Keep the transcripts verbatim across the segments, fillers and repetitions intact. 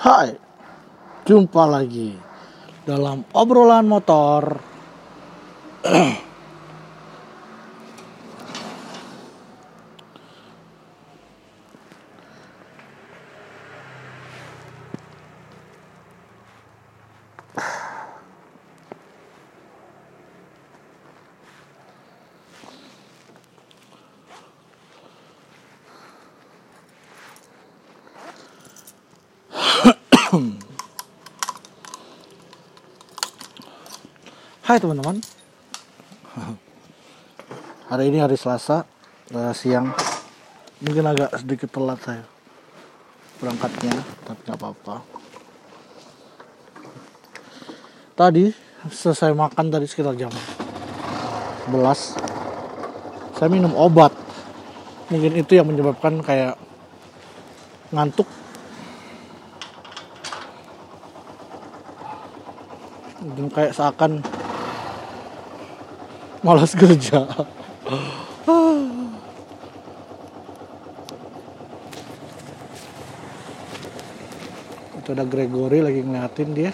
Hai, jumpa lagi dalam obrolan motor. Hai teman-teman. Hari ini hari Selasa, uh, siang. Mungkin agak sedikit telat saya berangkatnya, tapi nggak apa-apa. Tadi selesai makan tadi sekitar jam sebelas. Saya minum obat. Mungkin itu yang menyebabkan kayak ngantuk. Dan kayak seakan malas kerja. Itu ada Gregory lagi ngeliatin dia.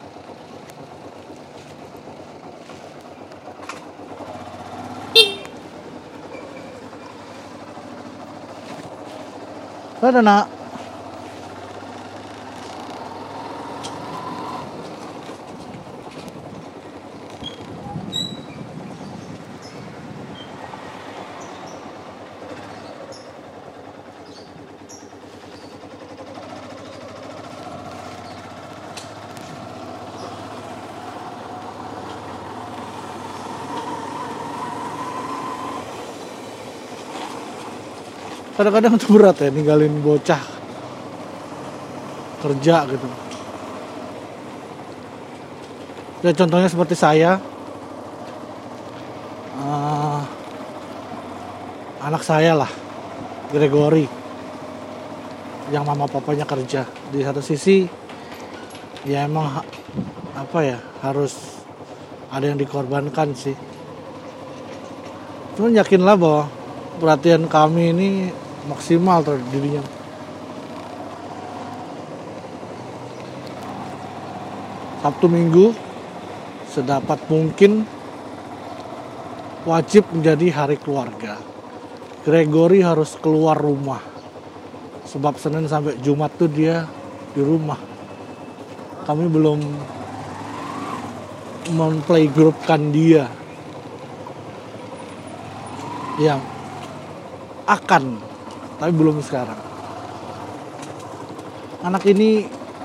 Ada nak. Kadang-kadang itu berat ya ninggalin bocah kerja gitu. Ya contohnya seperti saya, uh, anak saya lah, Gregory, yang mama papanya kerja. Di satu sisi, ya emang ha- apa ya harus ada yang dikorbankan sih. Cuman yakinlah bahwa perhatian kami ini maksimal terhadap dirinya. Sabtu Minggu sedapat mungkin wajib menjadi hari keluarga. Gregory harus keluar rumah. Sebab Senin sampai Jumat tuh dia di rumah. Kami belum memplaygroup-kan dia. Yang akan, tapi belum sekarang. Anak ini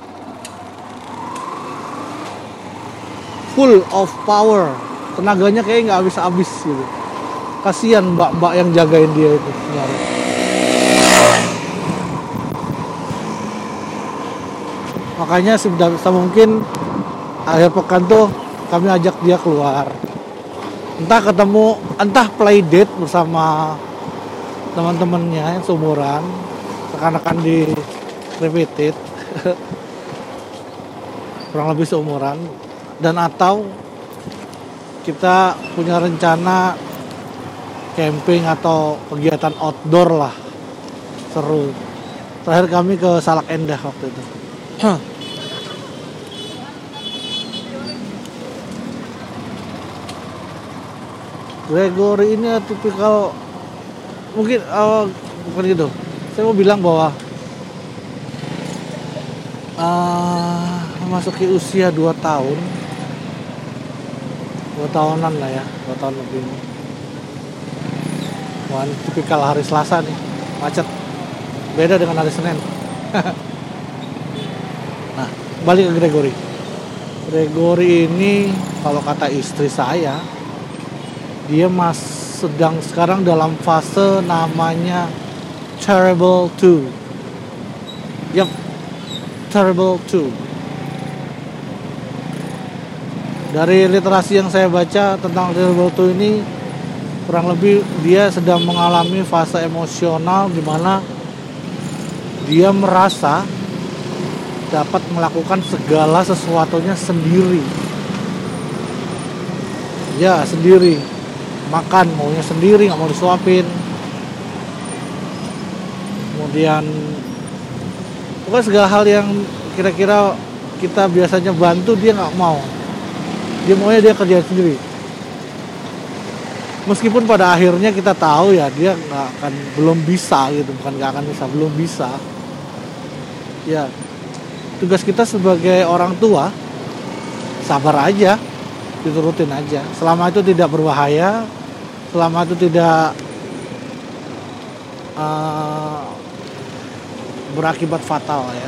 full of power, tenaganya kayak nggak habis-habis gitu. Kasihan mbak-mbak yang jagain dia itu sebenarnya. Makanya sebisa mungkin akhir pekan tuh kami ajak dia keluar. Entah ketemu, entah play date bersama teman-temannya yang seumuran, rekan-rekan di Repeated, kurang lebih seumuran, dan atau kita punya rencana camping atau kegiatan outdoor lah, seru. Terakhir kami ke Salak Endah waktu itu. Gregory ini tipikal, mungkin uh, bukan gitu. Saya mau bilang bahwa uh, memasuki usia dua tahun, dua tahunan lah ya, dua tahun lebih. Wah, ini tipikal hari Selasa nih, macet. Beda dengan hari Senin. Nah, balik ke Gregory. Gregory ini kalau kata istri saya, dia mas sedang sekarang dalam fase namanya Terrible two. Yep, Terrible two. Dari literasi yang saya baca tentang Terrible two ini, kurang lebih dia sedang mengalami fase emosional di mana dia merasa dapat melakukan segala sesuatunya sendiri. Ya, sendiri. Makan maunya sendiri, nggak mau disuapin. Kemudian pokoknya segala hal yang kira-kira kita biasanya bantu, dia nggak mau. Dia maunya dia kerjain sendiri. Meskipun pada akhirnya kita tahu ya dia nggak akan, belum bisa gitu, bukan nggak akan bisa, belum bisa. Ya, tugas kita sebagai orang tua sabar aja, diturutin aja. Selama itu tidak berbahaya, selama itu tidak uh, berakibat fatal ya,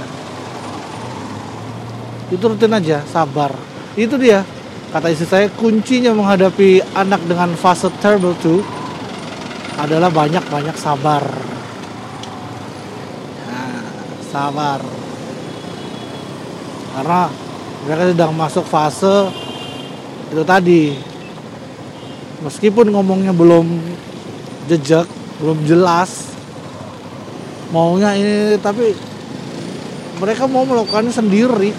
diturutin aja, sabar. Itu dia, kata istri saya, kuncinya menghadapi anak dengan fase terrible two adalah banyak-banyak sabar. Nah, sabar. Karena mereka sedang masuk fase itu tadi. Meskipun ngomongnya belum jejak, belum jelas maunya ini, tapi mereka mau melakukannya sendiri.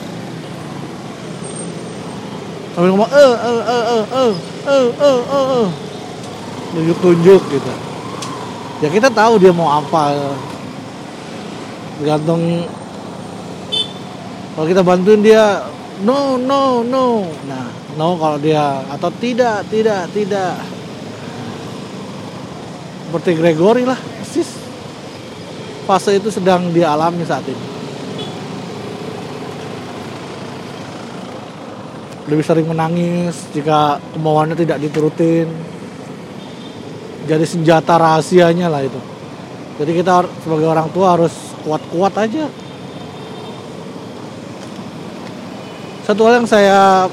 Sambil ngomong eh eh eh eh eh eh eh eh eh tunjuk-tunjuk gitu. Ya kita tahu dia mau apa. Tergantung, kalau kita bantuin dia no no no. Nah, no kalau dia, atau tidak tidak tidak. Seperti Gregory lah, persis. Fase itu sedang dialami saat ini. Lebih sering menangis jika kemauannya tidak diturutin. Jadi senjata rahasianya lah itu. Jadi kita sebagai orang tua harus kuat-kuat aja. Satu hal yang saya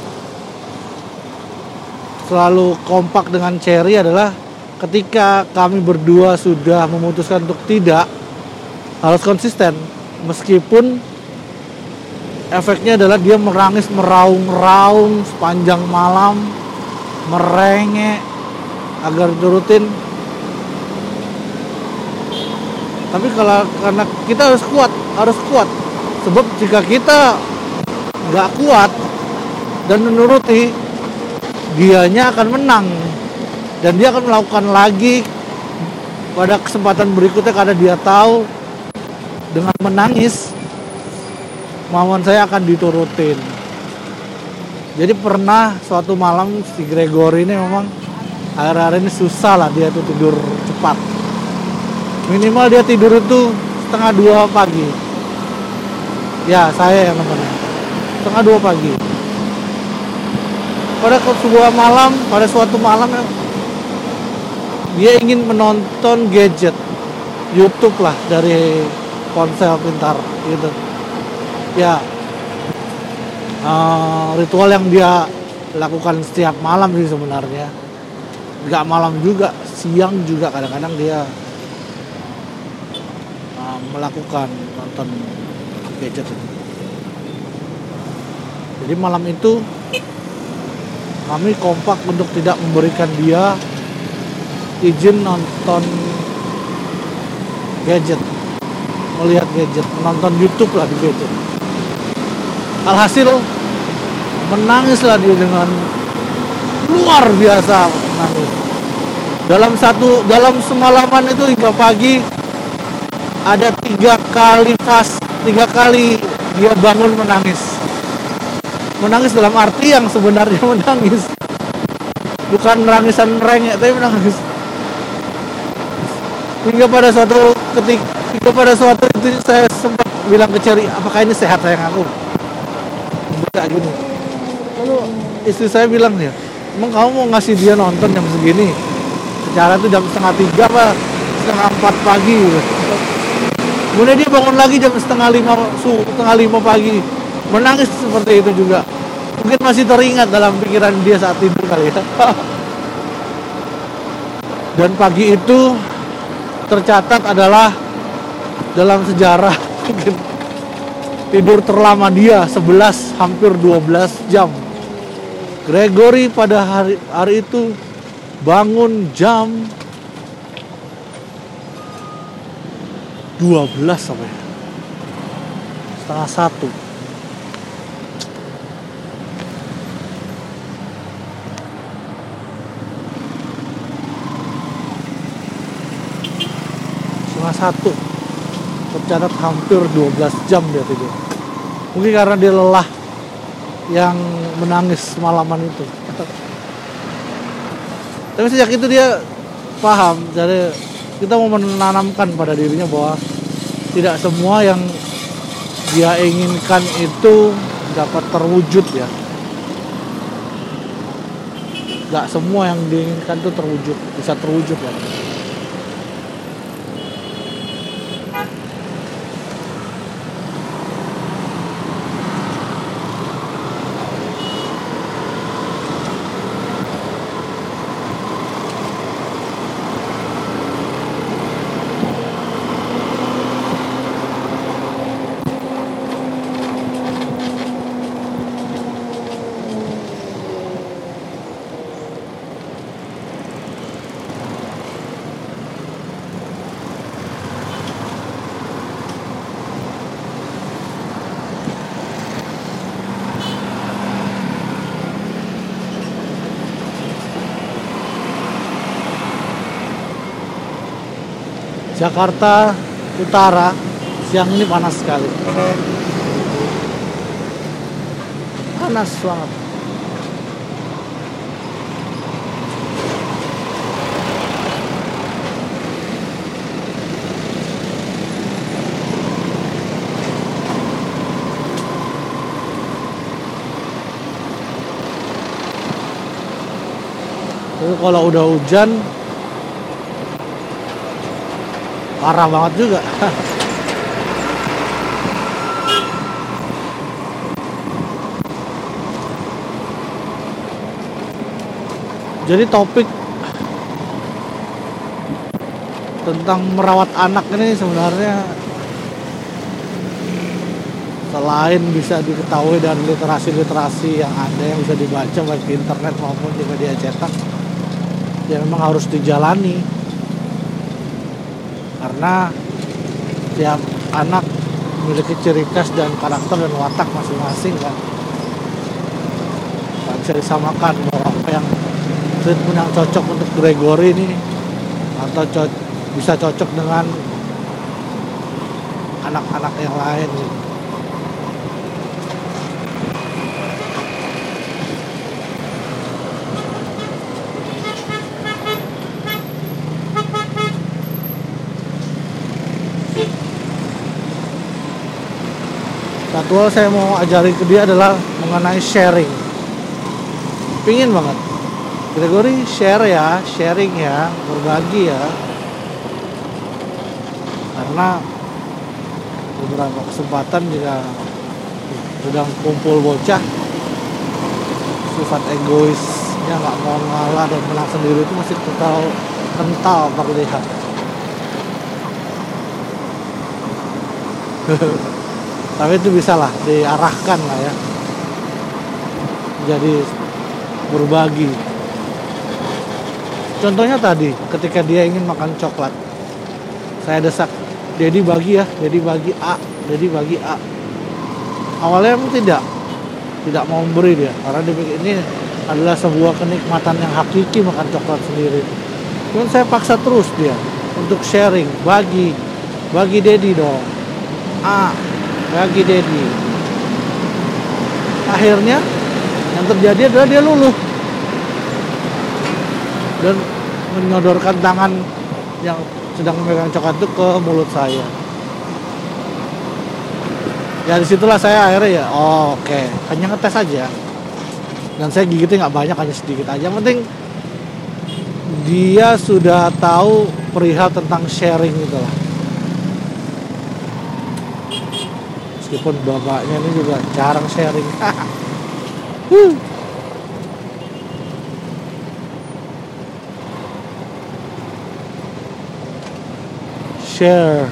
selalu kompak dengan Cherry adalah ketika kami berdua sudah memutuskan untuk tidak, harus konsisten. Meskipun efeknya adalah dia merangis meraung-raung sepanjang malam, merengek agar diturutin. Tapi kalau karena kita harus kuat, harus kuat. Sebab jika kita nggak kuat dan menuruti, dianya akan menang dan dia akan melakukan lagi pada kesempatan berikutnya, karena dia tahu dengan menangis kemauan saya akan diturutin. Jadi pernah suatu malam si Gregory ini memang akhir-akhir ini susah lah dia tuh tidur cepat. Minimal dia tidur itu setengah dua pagi. Ya saya yang nemenin. Setengah dua pagi. Pada sebuah malam, pada suatu malam dia ingin menonton gadget YouTube lah dari ponsel pintar gitu. Ya, uh, ritual yang dia lakukan setiap malam sih sebenarnya. Gak malam juga, siang juga kadang-kadang dia uh, melakukan nonton gadget itu. Jadi malam itu kami kompak untuk tidak memberikan dia izin nonton gadget, melihat gadget, menonton YouTube lah di gadget. Alhasil menangislah dia dengan luar biasa menangis. Dalam satu dalam semalaman itu hingga pagi ada tiga kali pas tiga kali dia bangun menangis. Menangis dalam arti yang sebenarnya menangis, bukan nangisan merengek, tapi menangis. Hingga pada suatu ketika, hingga pada suatu itu saya sempat bilang ke Cherry, apakah ini sehat sayang aku? Kayak gini. Lalu istri saya bilang ya, emang kamu mau ngasih dia nonton jam segini? Secara itu jam setengah tiga apa setengah empat pagi. Kemudian dia bangun lagi jam setengah lima, setengah lima pagi, menangis seperti itu juga. Mungkin masih teringat dalam pikiran dia saat tidur kali ya. Dan pagi itu tercatat adalah dalam sejarah tidur terlama dia, sebelas hampir dua belas jam. Gregory pada hari hari itu bangun jam dua belas sampai setengah satu. Setengah satu. Tercatat hampir dua belas jam dia tidur. Mungkin karena dia lelah yang menangis malaman itu. Tapi sejak itu dia paham, jadi kita mau menanamkan pada dirinya bahwa tidak semua yang dia inginkan itu dapat terwujud ya. Gak semua yang diinginkan itu terwujud, bisa terwujud ya. Jakarta Utara siang ini panas sekali. Panas banget. Tapi kalau udah hujan parah banget juga. Jadi topik tentang merawat anak ini sebenarnya selain bisa diketahui dari literasi-literasi yang ada yang bisa dibaca baik di internet maupun di media cetak, ya memang harus dijalani. Karena tiap anak memiliki ciri khas dan karakter dan watak masing-masing kan. Gak bisa disamakan bahwa apa yang treatment yang cocok untuk Gregory ini atau co- bisa cocok dengan anak-anak yang lain gitu. Satu hal saya mau ajarin ke dia adalah mengenai sharing. Pingin banget Gregory share ya, sharing ya, berbagi ya. Karena beberapa kesempatan jika sedang kumpul bocah, sifat egoisnya nggak mau ngalah dan menang sendiri itu masih kental kental terlihat. Tapi itu bisa lah diarahkan lah ya, jadi berbagi. Contohnya tadi ketika dia ingin makan coklat, saya desak, Dedi bagi ya, Dedi bagi A, Dedi bagi A. Awalnya emang tidak tidak mau memberi dia, karena dia pikir ini adalah sebuah kenikmatan yang hakiki makan coklat sendiri. Cuman saya paksa terus dia untuk sharing, bagi bagi Dedi dong, A bagi Dedi. Akhirnya yang terjadi adalah dia luluh dan menyodorkan tangan yang sedang memegang coklat itu ke mulut saya. Ya disitulah saya akhirnya ya, oh, oke, okay. Hanya ngetes aja. Dan saya gigitnya nggak banyak, hanya sedikit aja. Yang penting dia sudah tahu perihal tentang sharing gitu lah. Meskipun bapaknya ini juga jarang sharing. huh. Share.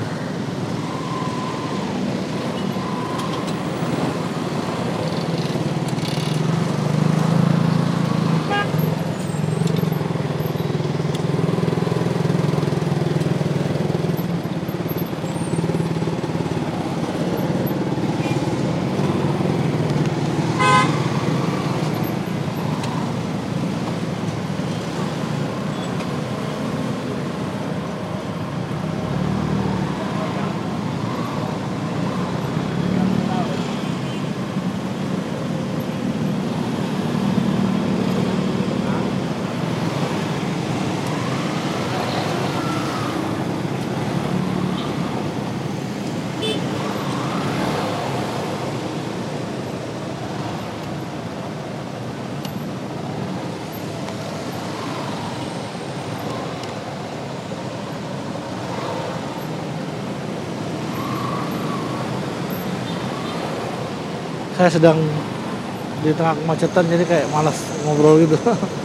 saya sedang di tengah kemacetan jadi kayak malas ngobrol gitu.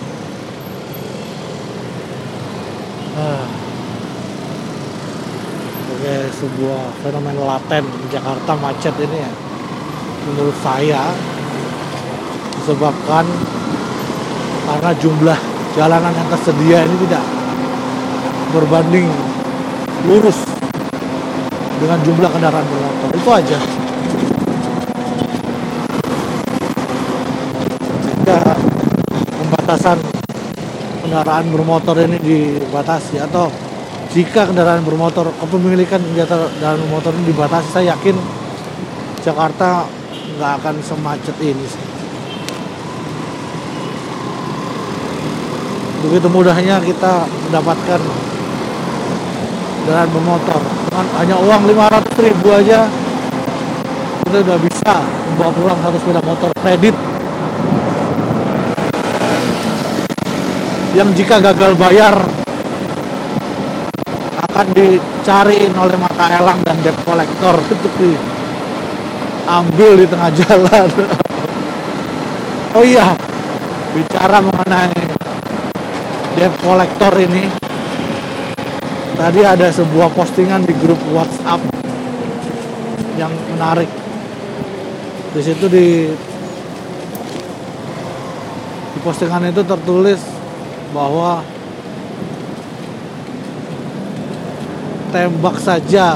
Ah, sebagai sebuah fenomena laten di Jakarta macet ini ya, menurut saya disebabkan karena jumlah jalanan yang tersedia ini tidak berbanding lurus dengan jumlah kendaraan bermotor. Itu aja. Jika pembatasan kendaraan bermotor ini dibatasi, atau jika kendaraan bermotor, kepemilikan kendaraan bermotor ini dibatasi, saya yakin Jakarta nggak akan semacet ini. Begitu mudahnya kita mendapatkan kendaraan bermotor dengan hanya uang lima ratus ribu aja kita udah bisa membawa pulang satu sepeda motor kredit yang jika gagal bayar akan dicariin oleh mata elang dan debt collector untuk diambil di tengah jalan. Oh iya, bicara mengenai debt collector ini, tadi ada sebuah postingan di grup WhatsApp yang menarik. Di situ di, di postingan itu tertulis bahwa tembak saja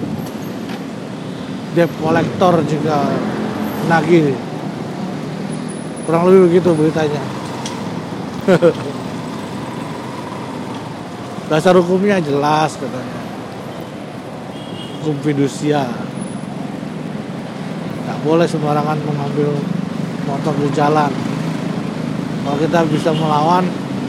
debt collector jika menagih. Kurang lebih begitu beritanya. Dasar hukumnya jelas katanya, hukum fidusia, nggak boleh sembarangan mengambil motor di jalan. Kalau kita bisa melawan,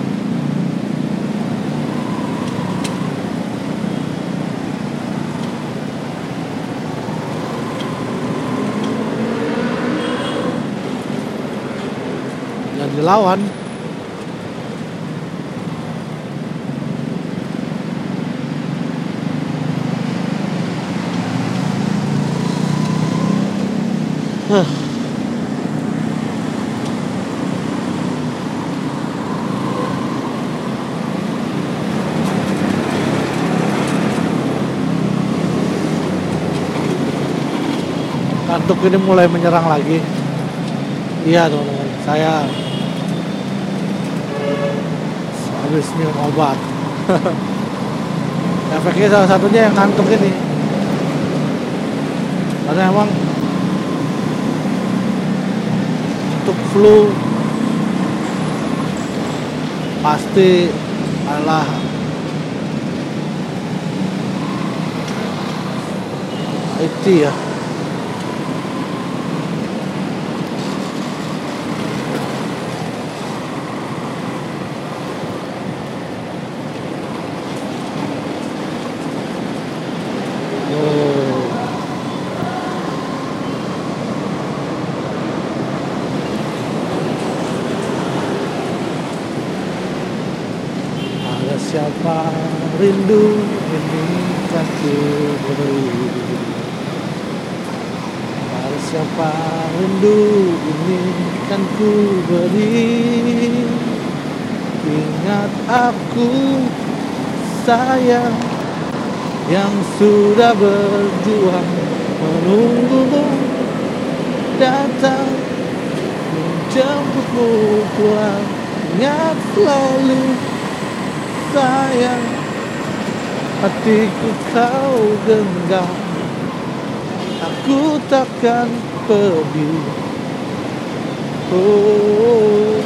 yang dilawan. Huh. Kantuk ini mulai menyerang lagi. Iya teman-teman, saya habis minum obat. Efeknya salah satunya yang ngantuk ini, karena emang untuk flu pasti adalah itu ya. Siapa rindu ini kan ku beri, pada siapa rindu ini kan ku beri. Ingat aku sayang yang sudah berjuang menunggumu datang menjemputmu pulang. Ingat selalu sayang, hatiku kau genggam, aku takkan pergi. Oh,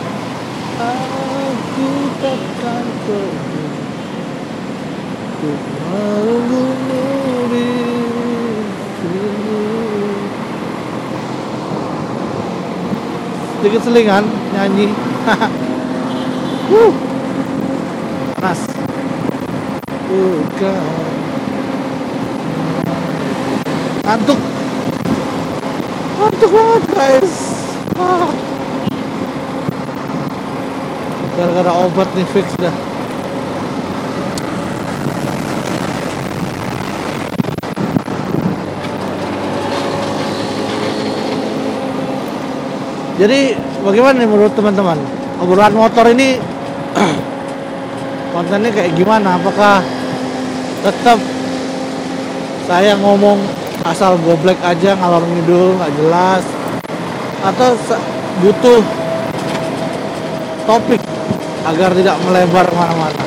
aku takkan pergi untuk menunggumu di sini. Sedikit selingan nyanyi. Wuh, panas. Bukan ngantuk, ngantuk banget guys. Ah. Gara-gara obat nih fix dah. Jadi bagaimana nih menurut teman-teman? Obrolan motor ini kontennya kayak gimana? Apakah tetap saya ngomong asal goblek aja, ngalor ngidul nggak jelas, atau butuh topik agar tidak melebar kemana-mana?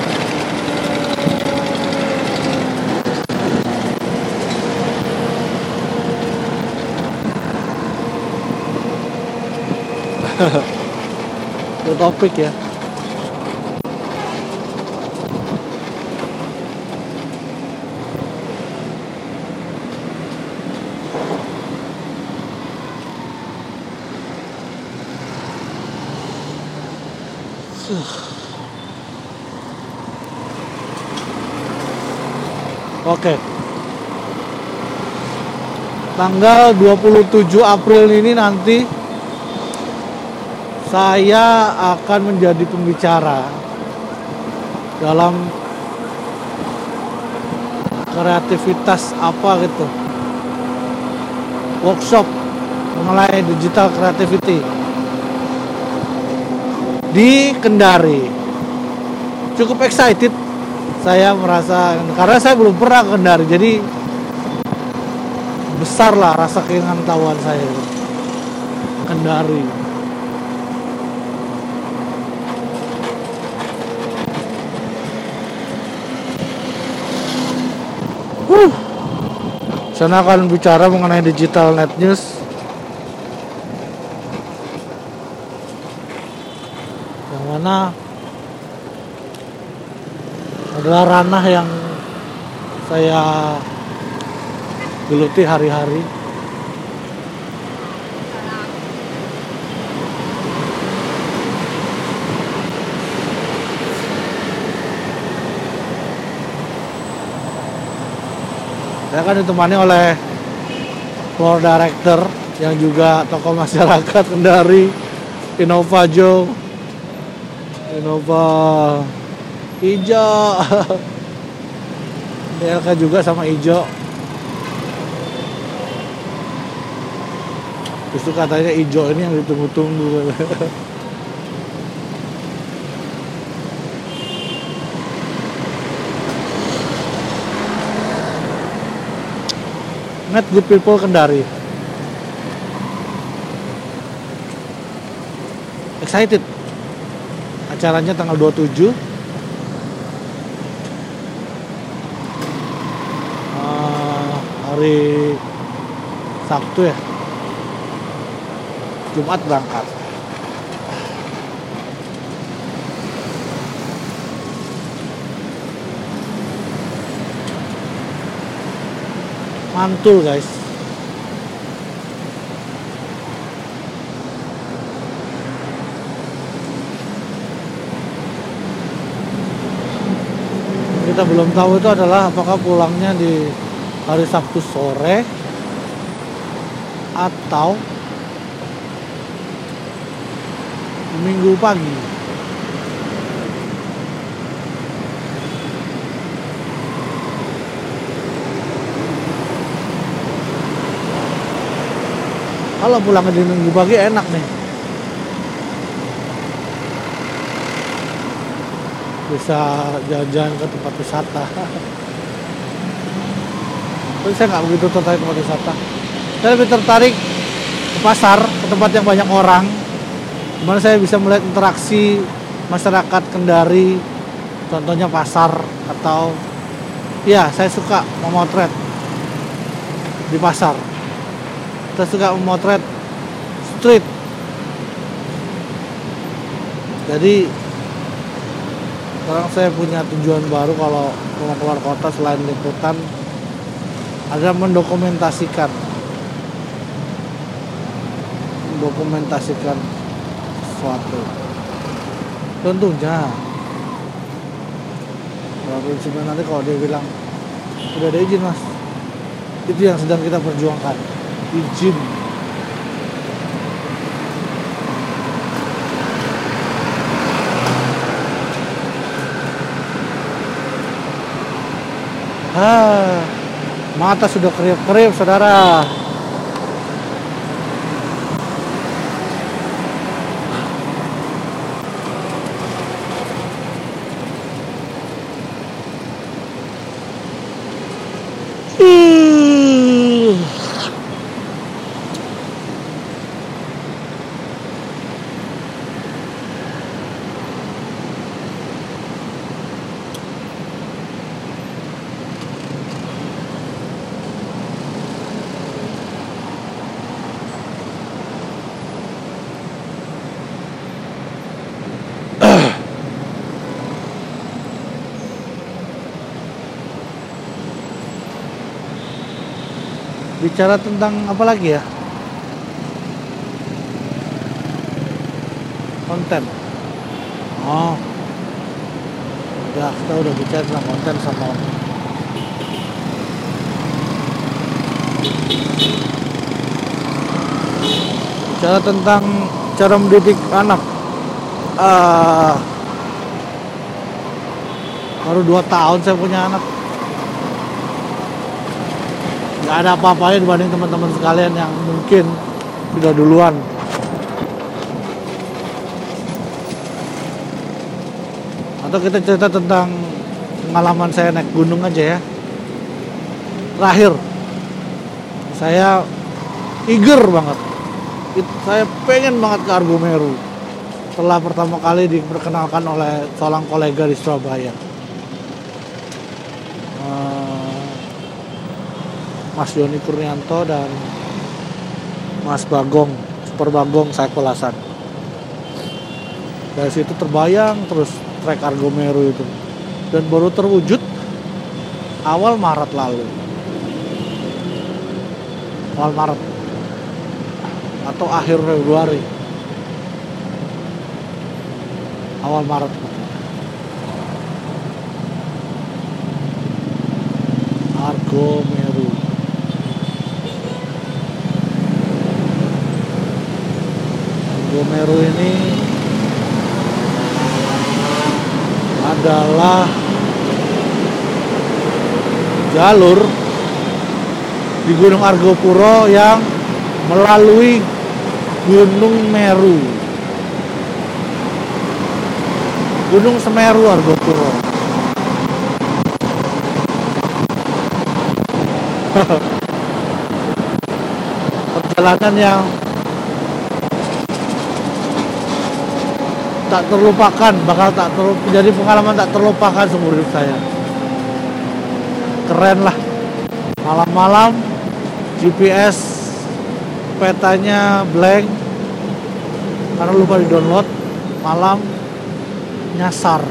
Itu topik ya. Oke. Tanggal dua puluh tujuh April ini nanti saya akan menjadi pembicara dalam kreativitas apa gitu, workshop mengenai digital creativity di Kendari. Cukup excited saya merasa, karena saya belum pernah ke Kendari, jadi besar lah rasa keingintahuan saya Kendari. Huh. Saya akan bicara mengenai digital net news, yang mana adalah ranah yang saya geluti hari-hari. Saya akan ditemani oleh floor director yang juga tokoh masyarakat Kendari, Innova Jo, Innova Ijo, D L K juga sama Ijo. Justru katanya Ijo ini yang ditunggu-tunggu. Net Good People Kendari. Excited. Acaranya tanggal dua puluh tujuh. Uh, hari Sabtu ya. Jumat berangkat. Mantul guys. Kita belum tahu itu adalah apakah pulangnya di hari Sabtu sore atau Minggu pagi. Kalau pulang di Minggu pagi enak nih, bisa jalan-jalan ke tempat wisata. Tapi saya nggak begitu tertarik tempat wisata. Saya lebih tertarik ke pasar, ke tempat yang banyak orang, dimana saya bisa melihat interaksi masyarakat Kendari. Contohnya pasar, atau ya saya suka memotret di pasar. Kita suka memotret street. Jadi sekarang saya punya tujuan baru kalau mau keluar kota selain liputan, ada mendokumentasikan mendokumentasikan sesuatu. Tentunya kalau prinsipnya nanti kalau dia bilang udah ada izin mas, itu yang sedang kita perjuangkan, izin. Ah, mata sudah kerip-kerip saudara. bicara tentang apa lagi ya? Konten. Oh, ya kita udah bicara tentang konten sama bicara tentang cara mendidik anak. Uh, baru dua tahun saya punya anak. Gak ada apa-apanya dibanding teman-teman sekalian yang mungkin sudah duluan. Atau kita cerita tentang pengalaman saya naik gunung aja ya. Terakhir saya eager banget, It, saya pengen banget ke Argomeru setelah pertama kali diperkenalkan oleh seorang kolega di Surabaya, uh, Mas Yoni Purnianto dan Mas Bagong, Super Bagong Saiful-Hasan. Dari situ terbayang terus trek Argomeru itu, dan baru terwujud awal Maret lalu. Awal Maret atau akhir Februari. Awal Maret. Argomeru. Argomeru ini adalah jalur di Gunung Argopuro yang melalui Gunung Meru, Gunung Semeru Argopuro. Perjalanan yang tak terlupakan, bakal tak terlupakan, jadi pengalaman tak terlupakan seumur hidup saya. Keren lah. Malam-malam G P S petanya blank karena lupa di download. Malam nyasar.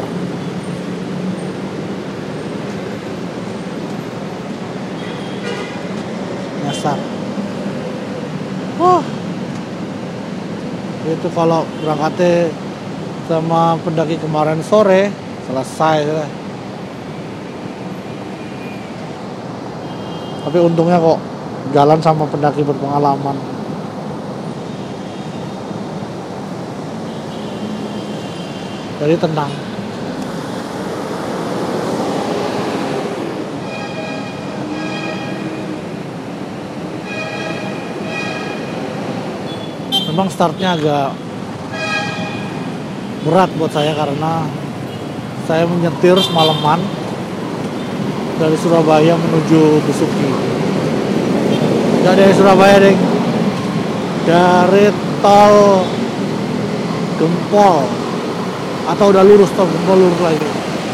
Nyasar. Wah. Itu kalau berangkatnya sama pendaki kemarin sore selesai sudah. Tapi untungnya kok jalan sama pendaki berpengalaman. Jadi tenang. Memang startnya agak berat buat saya karena saya menyetir semalaman dari Surabaya menuju Besuki. Gak dari Surabaya deh, dari tol Gempol, atau udah lurus tol Gempol lurus lagi.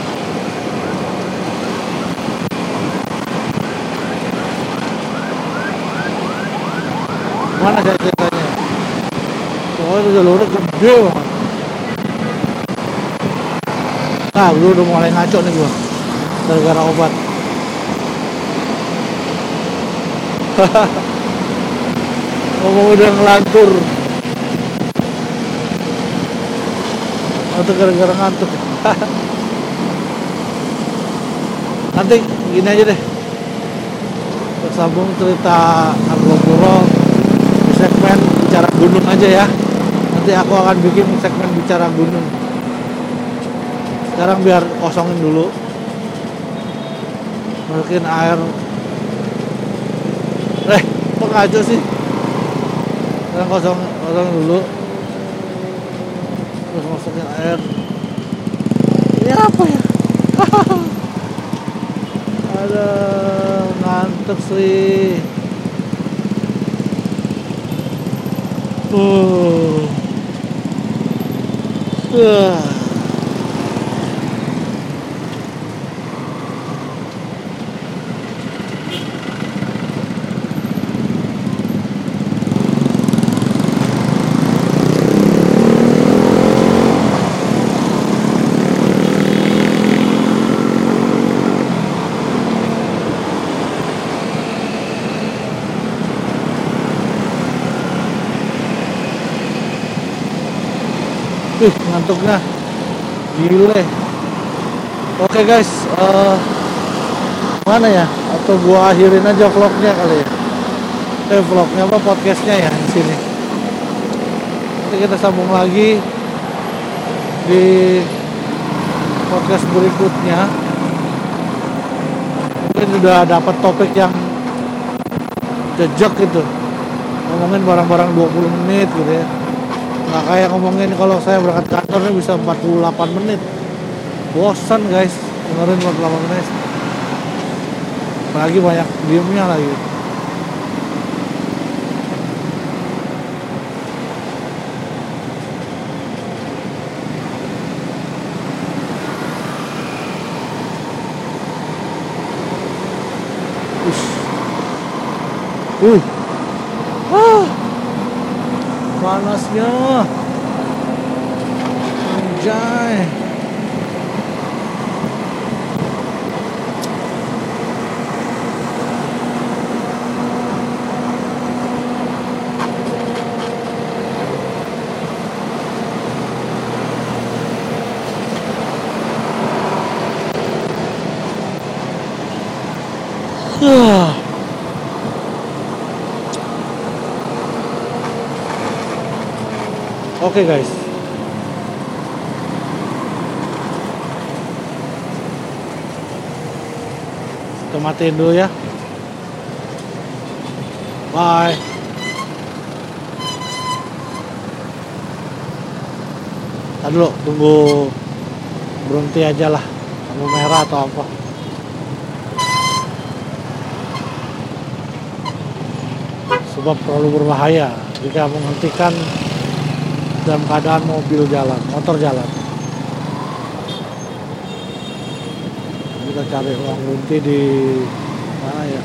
Mana saya ceritanya? Soalnya itu jalurnya gede banget. Nah, gue udah mulai ngaco nih gue gara-gara obat. Ngomong udah ngelantur atau gara-gara ngantuk. Nanti gini aja deh, tersambung cerita Argopuro di segmen bicara gunung aja ya. Nanti aku akan bikin segmen bicara gunung. Sekarang biar kosongin dulu, masukin air. Eh, kok ngaco sih? Sekarang kosong, kosong dulu. Terus masukin air. Ini apa ya? Ada ngantuk sih. Uh. Uh. Ih, ngantuknya gile. Oke guys, uh, mana ya? Atau gua akhirin aja vlognya kali ya. Eh vlognya apa, podcastnya ya di sini. Nanti kita sambung lagi di podcast berikutnya. Mungkin sudah dapat topik yang jejak gitu, ngomongin barang-barang dua puluh menit gitu ya, nggak kayak ngomongin kalau saya berangkat kantornya bisa empat puluh delapan menit. Bosan guys dengerin empat puluh delapan menit, lagi banyak diemnya lagi. Uh, ah, panasnya, anjay. Ah. Oke okay, guys, kita matiin dulu ya. Bye. Tadi dulu, tunggu berhenti aja lah, lampu merah atau apa. Sebab terlalu berbahaya jika menghentikan dalam keadaan mobil jalan, motor jalan. Kita cari ruang berhenti di mana ya?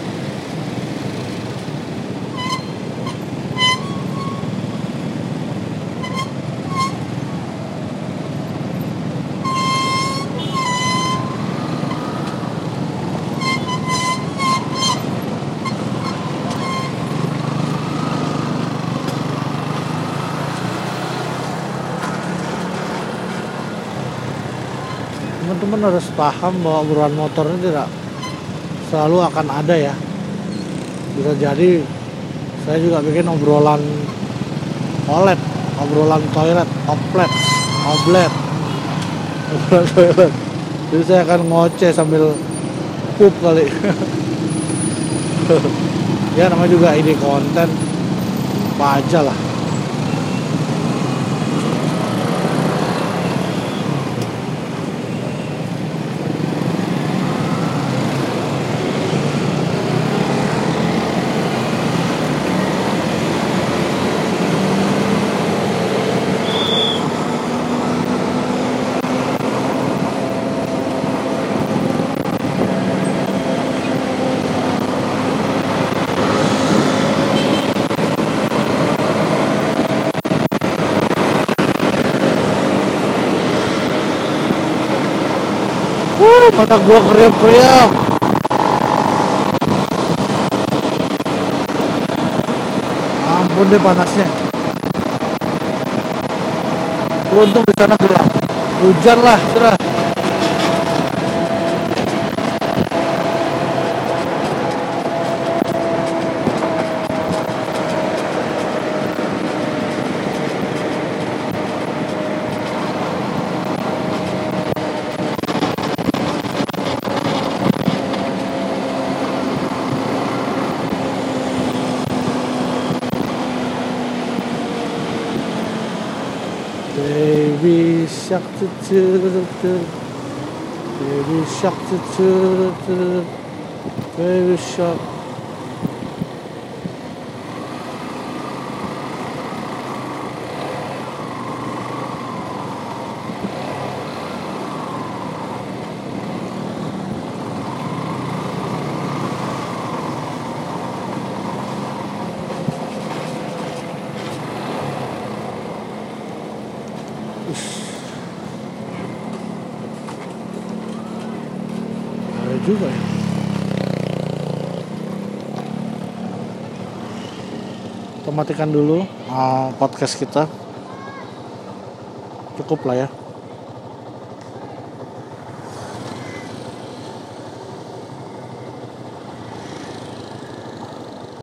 Teman-teman harus paham bahwa obrolan motor ini tidak selalu akan ada ya. Bisa jadi saya juga bikin obrolan olet, obrolan toilet, oplet, oblet, obrolan toilet. Jadi saya akan ngoceh sambil pup kali. Ya namanya juga ide konten, apa aja lah. Mata gua kriuk-kriuk. Ampun deh panasnya. Untung di sana gelap. Hujan lah, cerah. Baby shark, baby shark, baby shark. Juga ya. Kita matikan dulu uh, podcast kita. cukup lah ya.